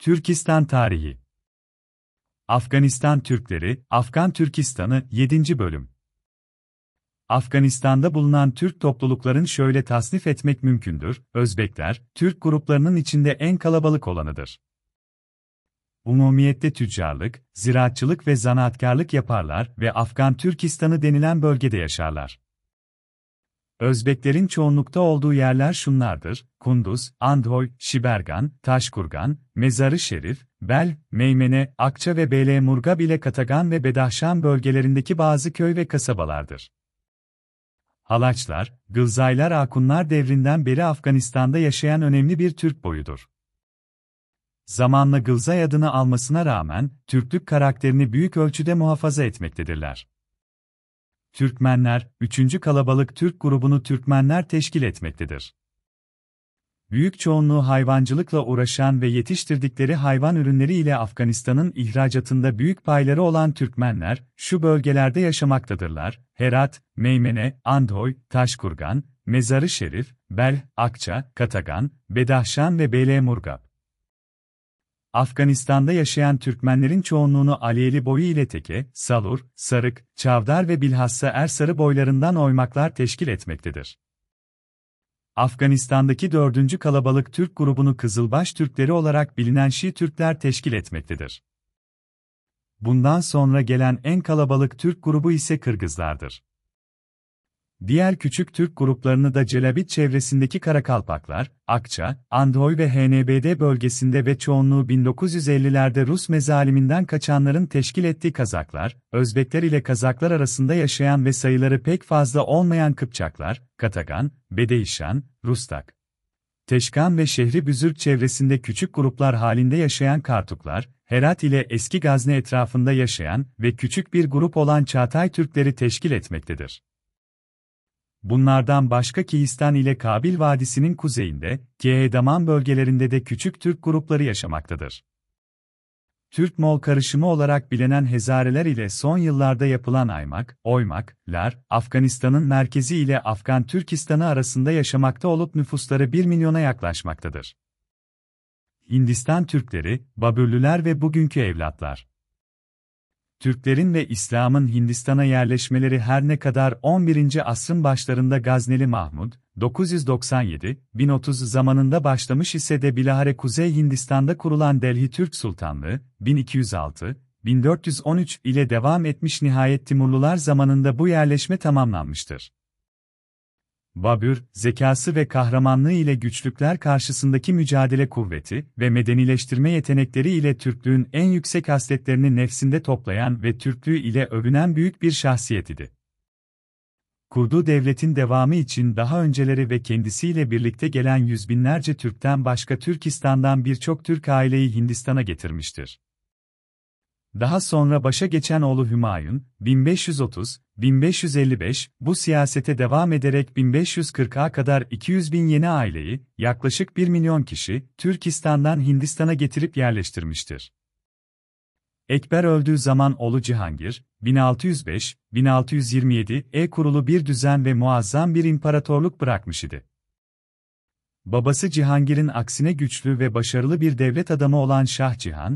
Türkistan Tarihi. Afganistan Türkleri, Afgan Türkistan'ı 7. Bölüm. Afganistan'da bulunan Türk toplulukların şöyle tasnif etmek mümkündür: Özbekler, Türk gruplarının içinde en kalabalık olanıdır. Umumiyette tüccarlık, ziraatçılık ve zanaatkarlık yaparlar ve Afgan Türkistan'ı denilen bölgede yaşarlar. Özbeklerin çoğunlukta olduğu yerler şunlardır: Kunduz, Andhoy, Şibergan, Taşkurgan, Mezarı Şerif, Bel, Meymene, Akça ve Belemurgab ile Katagan ve Bedahşan bölgelerindeki bazı köy ve kasabalardır. Halaçlar, Gılzaylar Akunlar devrinden beri Afganistan'da yaşayan önemli bir Türk boyudur. Zamanla Gılzay adını almasına rağmen, Türklük karakterini büyük ölçüde muhafaza etmektedirler. Türkmenler, 3. kalabalık Türk grubunu Türkmenler teşkil etmektedir. Büyük çoğunluğu hayvancılıkla uğraşan ve yetiştirdikleri hayvan ürünleri ile Afganistan'ın ihracatında büyük payları olan Türkmenler, şu bölgelerde yaşamaktadırlar: Herat, Meymene, Andhoy, Taşkurgan, Mezarı Şerif, Bel, Akça, Katagan, Bedahşan ve Belemurgab. Afganistan'da yaşayan Türkmenlerin çoğunluğunu Aliyeli boyu ile Teke, Salur, Sarık, Çavdar ve bilhassa Ersarı boylarından oymaklar teşkil etmektedir. Afganistan'daki 4. kalabalık Türk grubunu Kızılbaş Türkleri olarak bilinen Şii Türkler teşkil etmektedir. Bundan sonra gelen en kalabalık Türk grubu ise Kırgızlardır. Diğer küçük Türk gruplarını da Celabit çevresindeki Karakalpaklar, Akça, Andhoy ve HNBD bölgesinde ve çoğunluğu 1950'lerde Rus mezaliminden kaçanların teşkil ettiği Kazaklar, Özbekler ile Kazaklar arasında yaşayan ve sayıları pek fazla olmayan Kıpçaklar, Katagan, Bedehişan, Rustak, Teşkan ve Şehri Büzürk çevresinde küçük gruplar halinde yaşayan Kartuklar, Herat ile Eski Gazne etrafında yaşayan ve küçük bir grup olan Çağatay Türkleri teşkil etmektedir. Bunlardan başka Kihistan ile Kabil Vadisi'nin kuzeyinde, Kehedaman bölgelerinde de küçük Türk grupları yaşamaktadır. Türk-Moğol karışımı olarak bilinen Hezareler ile son yıllarda yapılan Aymak, Oymaklar, Afganistan'ın merkezi ile Afgan Türkistan'ı arasında yaşamakta olup nüfusları 1 milyona yaklaşmaktadır. Hindistan Türkleri, Babürlüler ve bugünkü evlatlar. Türklerin ve İslam'ın Hindistan'a yerleşmeleri her ne kadar 11. asrın başlarında Gazneli Mahmud, 997-1030 zamanında başlamış ise de bilahare Kuzey Hindistan'da kurulan Delhi Türk Sultanlığı, 1206-1413 ile devam etmiş, nihayet Timurlular zamanında bu yerleşme tamamlanmıştır. Babür, zekası ve kahramanlığı ile güçlükler karşısındaki mücadele kuvveti ve medenileştirme yetenekleri ile Türklüğün en yüksek hasletlerini nefsinde toplayan ve Türklüğü ile övünen büyük bir şahsiyet idi. Kurduğu devletin devamı için daha önceleri ve kendisiyle birlikte gelen yüz binlerce Türk'ten başka Türkistan'dan birçok Türk aileyi Hindistan'a getirmiştir. Daha sonra başa geçen oğlu Hümayun, 1530-1555, bu siyasete devam ederek 1540'a kadar 200 bin yeni aileyi, yaklaşık 1 milyon kişi, Türkistan'dan Hindistan'a getirip yerleştirmiştir. Ekber öldüğü zaman oğlu Cihangir, 1605-1627'e kurulu bir düzen ve muazzam bir imparatorluk bırakmış idi. Babası Cihangir'in aksine güçlü ve başarılı bir devlet adamı olan Şah Cihan,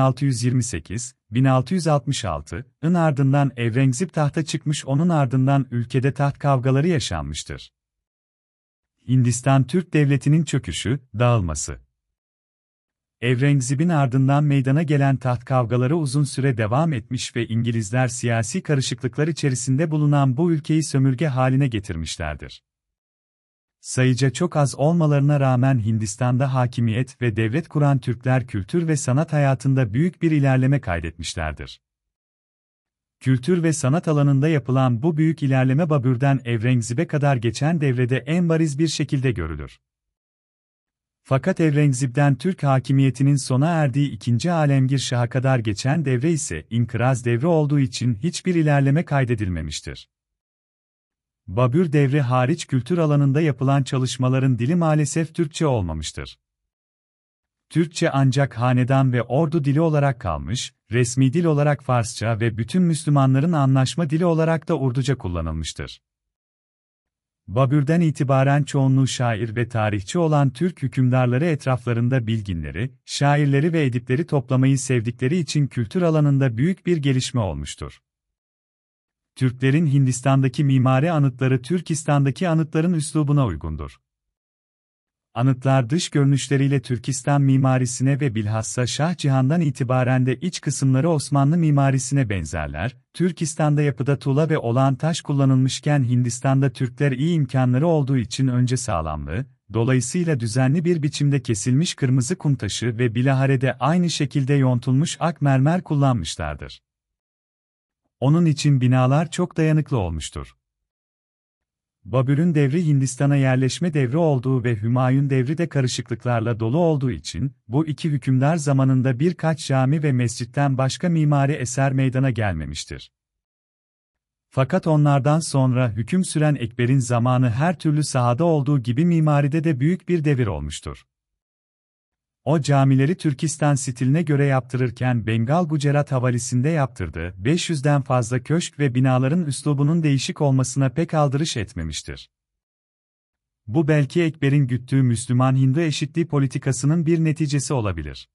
1628-1666'ın ardından Evrengzib tahta çıkmış, onun ardından ülkede taht kavgaları yaşanmıştır. Hindistan Türk Devleti'nin çöküşü, dağılması. Evrengzib'in ardından meydana gelen taht kavgaları uzun süre devam etmiş ve İngilizler siyasi karışıklıklar içerisinde bulunan bu ülkeyi sömürge haline getirmişlerdir. Sayıca çok az olmalarına rağmen Hindistan'da hakimiyet ve devlet kuran Türkler kültür ve sanat hayatında büyük bir ilerleme kaydetmişlerdir. Kültür ve sanat alanında yapılan bu büyük ilerleme Babür'den Evrengzib'e kadar geçen devrede en bariz bir şekilde görülür. Fakat Evrengzib'den Türk hakimiyetinin sona erdiği 2. Alemgir Şah'a kadar geçen devre ise inkıraz devri olduğu için hiçbir ilerleme kaydedilmemiştir. Babür devri hariç kültür alanında yapılan çalışmaların dili maalesef Türkçe olmamıştır. Türkçe ancak hanedan ve ordu dili olarak kalmış, resmi dil olarak Farsça ve bütün Müslümanların anlaşma dili olarak da Urduca kullanılmıştır. Babür'den itibaren çoğunluğu şair ve tarihçi olan Türk hükümdarları etraflarında bilginleri, şairleri ve edipleri toplamayı sevdikleri için kültür alanında büyük bir gelişme olmuştur. Türklerin Hindistan'daki mimari anıtları Türkistan'daki anıtların üslubuna uygundur. Anıtlar dış görünüşleriyle Türkistan mimarisine ve bilhassa Şah Cihan'dan itibaren de iç kısımları Osmanlı mimarisine benzerler. Türkistan'da yapıda tuğla ve olağan taş kullanılmışken Hindistan'da Türkler iyi imkanları olduğu için önce sağlamlığı, dolayısıyla düzenli bir biçimde kesilmiş kırmızı kum taşı ve bilaharede aynı şekilde yontulmuş ak mermer kullanmışlardır. Onun için binalar çok dayanıklı olmuştur. Babür'ün devri Hindistan'a yerleşme devri olduğu ve Hümayun devri de karışıklıklarla dolu olduğu için, bu iki hükümdar zamanında birkaç cami ve mescitten başka mimari eser meydana gelmemiştir. Fakat onlardan sonra hüküm süren Ekber'in zamanı her türlü sahada olduğu gibi mimaride de büyük bir devir olmuştur. O camileri Türkistan stiline göre yaptırırken Bengal Gucerat havalisinde yaptırdı, 500'den fazla köşk ve binaların üslubunun değişik olmasına pek aldırış etmemiştir. Bu belki Ekber'in güttüğü Müslüman-Hindu eşitliği politikasının bir neticesi olabilir.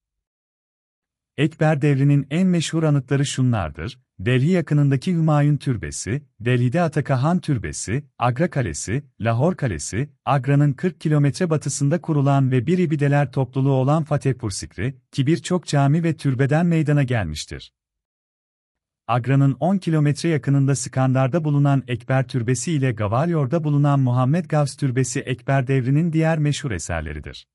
Ekber devrinin en meşhur anıtları şunlardır: Delhi yakınındaki Hümayun Türbesi, Delhi'de Ataka Han Türbesi, Agra Kalesi, Lahor Kalesi, Agra'nın 40 kilometre batısında kurulan ve bir İbideler topluluğu olan Fatehpur Sikri, ki birçok cami ve türbeden meydana gelmiştir. Agra'nın 10 kilometre yakınında Sikandar'da bulunan Ekber Türbesi ile Gavalyor'da bulunan Muhammed Gavs Türbesi Ekber devrinin diğer meşhur eserleridir.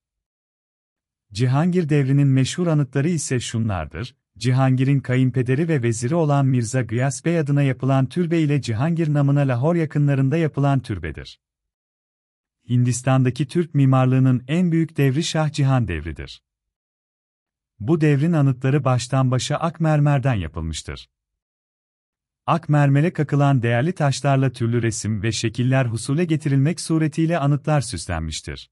Cihangir devrinin meşhur anıtları ise şunlardır: Cihangir'in kayınpederi ve veziri olan Mirza Gıyas Bey adına yapılan türbe ile Cihangir namına Lahor yakınlarında yapılan türbedir. Hindistan'daki Türk mimarlığının en büyük devri Şah Cihan devridir. Bu devrin anıtları baştan başa ak mermerden yapılmıştır. Ak mermere kakılan değerli taşlarla türlü resim ve şekiller husule getirilmek suretiyle anıtlar süslenmiştir.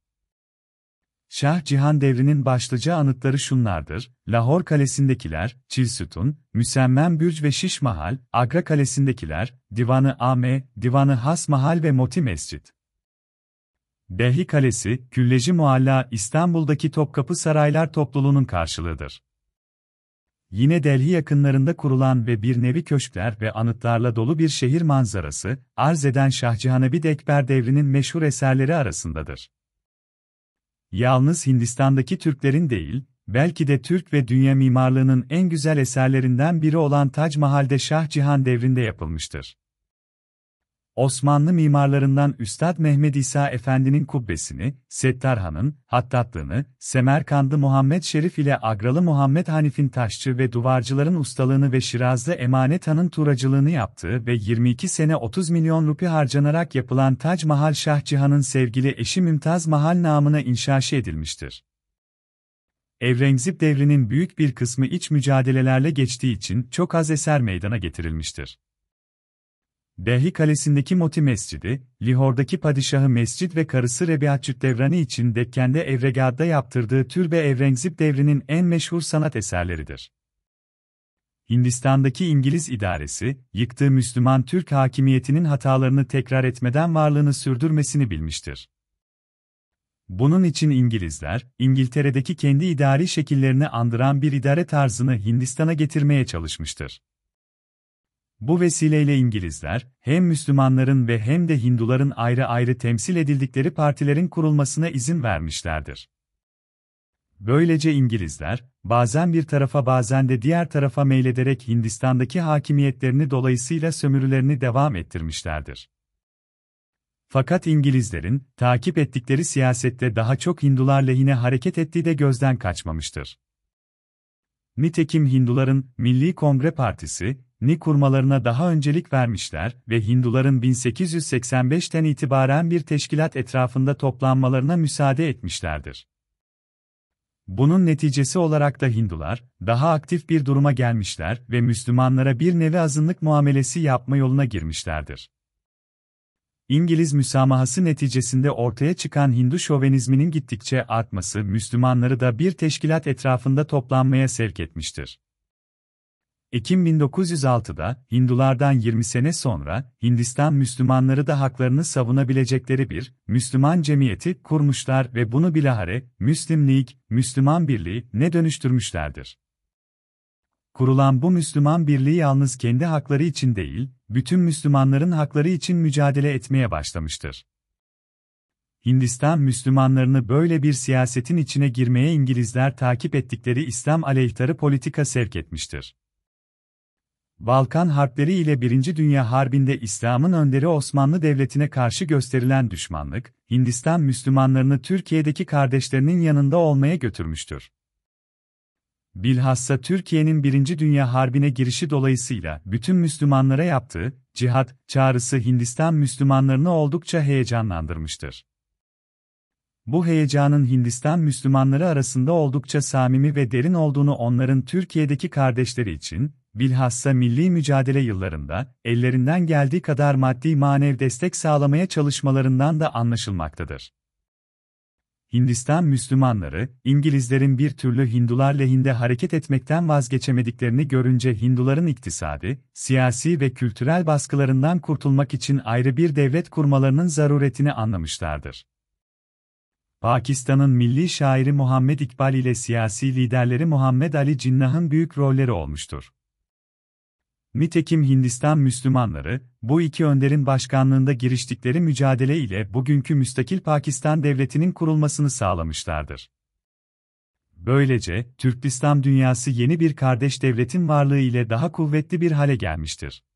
Şah Cihan devrinin başlıca anıtları şunlardır: Lahor Kalesi'ndekiler, Çil-Sütun, Müsemmem Bürç ve Şiş Mahal, Agra Kalesi'ndekiler, Divanı Ame, Divanı Has Mahal ve Moti Mescid. Delhi Kalesi, Külleci Mualla, İstanbul'daki Topkapı Saraylar topluluğunun karşılığıdır. Yine Delhi yakınlarında kurulan ve bir nevi köşkler ve anıtlarla dolu bir şehir manzarası, arz eden Şah Cihanabid Ekber devrinin meşhur eserleri arasındadır. Yalnız Hindistan'daki Türklerin değil, belki de Türk ve dünya mimarlığının en güzel eserlerinden biri olan Tac Mahal'de Şah Cihan devrinde yapılmıştır. Osmanlı mimarlarından Üstad Mehmed İsa Efendi'nin kubbesini, Settarhan'ın hattatlığını, Semerkandlı Muhammed Şerif ile Agralı Muhammed Hanif'in taşçı ve duvarcıların ustalığını ve Şirazlı Emanet Han'ın tuğracılığını yaptığı ve 22 sene 30 milyon rupi harcanarak yapılan Tac Mahal Şah Cihan'ın sevgili eşi Mümtaz Mahal namına inşaşı edilmiştir. Evrengzip devrinin büyük bir kısmı iç mücadelelerle geçtiği için çok az eser meydana getirilmiştir. Delhi Kalesi'ndeki Moti Mescidi, Lahor'daki Padişahı Mescid ve karısı Rebiatçüt Devrani için Dekken'de Evregad'da yaptırdığı türbe Evrengzip devrinin en meşhur sanat eserleridir. Hindistan'daki İngiliz idaresi, yıktığı Müslüman Türk hakimiyetinin hatalarını tekrar etmeden varlığını sürdürmesini bilmiştir. Bunun için İngilizler, İngiltere'deki kendi idari şekillerini andıran bir idare tarzını Hindistan'a getirmeye çalışmıştır. Bu vesileyle İngilizler, hem Müslümanların ve hem de Hinduların ayrı ayrı temsil edildikleri partilerin kurulmasına izin vermişlerdir. Böylece İngilizler, bazen bir tarafa bazen de diğer tarafa meylederek Hindistan'daki hakimiyetlerini dolayısıyla sömürülerini devam ettirmişlerdir. Fakat İngilizlerin, takip ettikleri siyasette daha çok Hindular lehine hareket ettiği de gözden kaçmamıştır. Nitekim Hinduların Milli Kongre Partisi, ni kurmalarına daha öncelik vermişler ve Hinduların 1885'ten itibaren bir teşkilat etrafında toplanmalarına müsaade etmişlerdir. Bunun neticesi olarak da Hindular, daha aktif bir duruma gelmişler ve Müslümanlara bir nevi azınlık muamelesi yapma yoluna girmişlerdir. İngiliz müsamahası neticesinde ortaya çıkan Hindu şovenizminin gittikçe artması Müslümanları da bir teşkilat etrafında toplanmaya sevk etmiştir. Ekim 1906'da, Hindulardan 20 sene sonra, Hindistan Müslümanları da haklarını savunabilecekleri bir Müslüman cemiyeti kurmuşlar ve bunu bilahare Müslim Lig, Müslüman Birliği ne dönüştürmüşlerdir. Kurulan bu Müslüman Birliği yalnız kendi hakları için değil, bütün Müslümanların hakları için mücadele etmeye başlamıştır. Hindistan Müslümanlarını böyle bir siyasetin içine girmeye İngilizler takip ettikleri İslam aleyhtarı politika sevk etmiştir. Balkan Harpleri ile Birinci Dünya Harbi'nde İslam'ın önderi Osmanlı Devleti'ne karşı gösterilen düşmanlık, Hindistan Müslümanlarını Türkiye'deki kardeşlerinin yanında olmaya götürmüştür. Bilhassa Türkiye'nin Birinci Dünya Harbi'ne girişi dolayısıyla bütün Müslümanlara yaptığı cihat çağrısı Hindistan Müslümanlarını oldukça heyecanlandırmıştır. Bu heyecanın Hindistan Müslümanları arasında oldukça samimi ve derin olduğunu onların Türkiye'deki kardeşleri için, bilhassa milli mücadele yıllarında, ellerinden geldiği kadar maddi manevi destek sağlamaya çalışmalarından da anlaşılmaktadır. Hindistan Müslümanları, İngilizlerin bir türlü Hindular lehinde hareket etmekten vazgeçemediklerini görünce Hinduların iktisadi, siyasi ve kültürel baskılarından kurtulmak için ayrı bir devlet kurmalarının zaruretini anlamışlardır. Pakistan'ın milli şairi Muhammed İkbal ile siyasi liderleri Muhammed Ali Cinnah'ın büyük rolleri olmuştur. Nitekim Hindistan Müslümanları, bu iki önderin başkanlığında giriştikleri mücadele ile bugünkü müstakil Pakistan Devleti'nin kurulmasını sağlamışlardır. Böylece, Türk İslam dünyası yeni bir kardeş devletin varlığı ile daha kuvvetli bir hale gelmiştir.